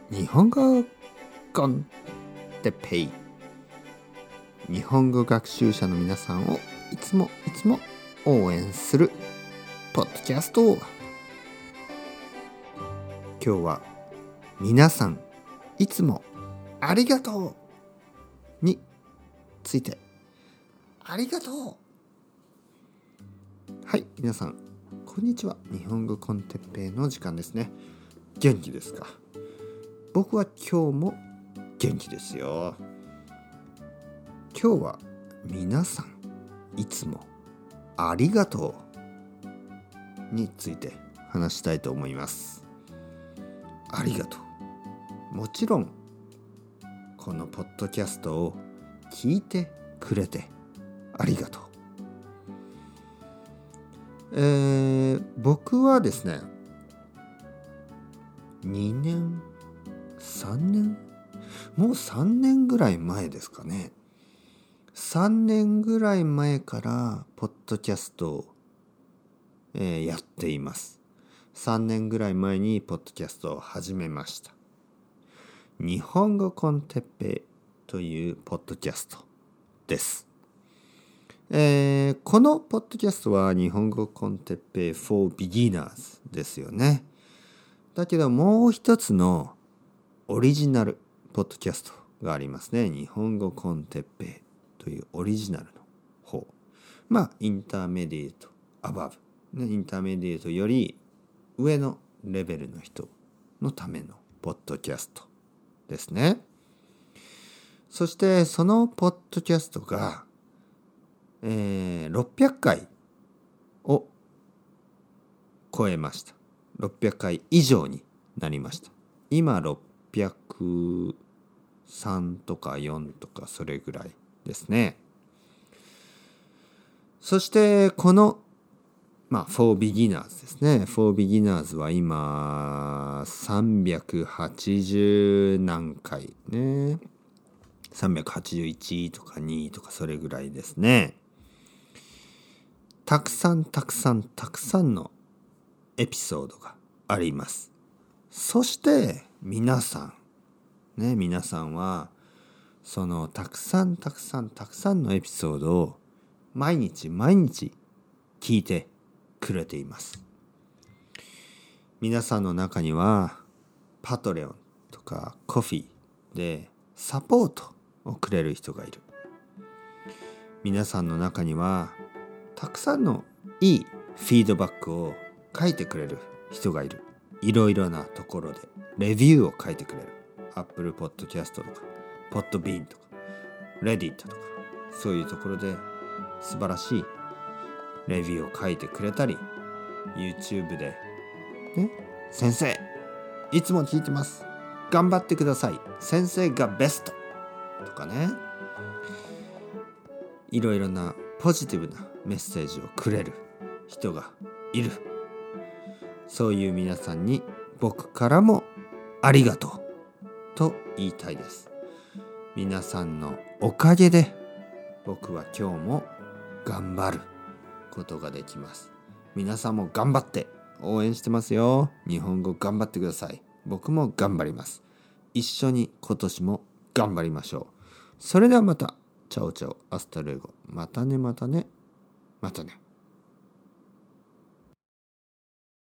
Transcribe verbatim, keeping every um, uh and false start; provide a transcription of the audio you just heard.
日本語コンテッペイ。日本語学習者の皆さんをいつもいつも応援するポッドキャスト。今日は皆さんいつもありがとうについて。ありがとう。はい、皆さんこんにちは。日本語コンテッペイの時間ですね。元気ですか？僕は今日も元気ですよ。今日は皆さんいつもありがとうについて話したいと思います。ありがとう。もちろんこのポッドキャストを聞いてくれてありがとう。えー、僕はですねにねんさんねんもうさんねんぐらい前ですかね。さんねんぐらい前からポッドキャストを、えー、やっています。さんねんぐらい前にポッドキャストを始めました。日本語コンテッペイというポッドキャストです。えー、このポッドキャストは日本語コンテッペイ for beginners ですよね。だけどもう一つのオリジナルポッドキャストがありますね。日本語コンテッペイというオリジナルの方。まあインターメディエートアバブ、ね、インターメディエートより上のレベルの人のためのポッドキャストですね。そしてそのポッドキャストが、えー、ろっぴゃっかいを超えました。ろっぴゃっかい以上になりました。今ろっぴゃくさんとかよんとかそれぐらいですね。そしてこのまあ for beginners ですね。for beginners は今さんびゃくはちじゅう何回ね。さんびゃくはちじゅういちとかにとかそれぐらいですね。たくさんたくさんたくさんのエピソードがあります。そして皆さんね、皆さんはそのたくさんたくさんたくさんのエピソードを毎日毎日聞いてくれています。皆さんの中にはパトレオンとかコフィーでサポートをくれる人がいる。皆さんの中にはたくさんのいいフィードバックを書いてくれる人がいる。いろいろなところでレビューを書いてくれる。Apple Podcast とか Podbean とか Reddit とかそういうところで素晴らしいレビューを書いてくれたり、 YouTube でね、先生いつも聞いてます、頑張ってください、先生がベストとかね、いろいろなポジティブなメッセージをくれる人がいる。そういう皆さんに僕からもありがとうと言いたいです。皆さんのおかげで僕は今日も頑張ることができます。皆さんも頑張って応援してますよ。日本語頑張ってください。僕も頑張ります。一緒に今年も頑張りましょう。それではまた。チャオチャオアスタルエゴ。またねまたねまたね。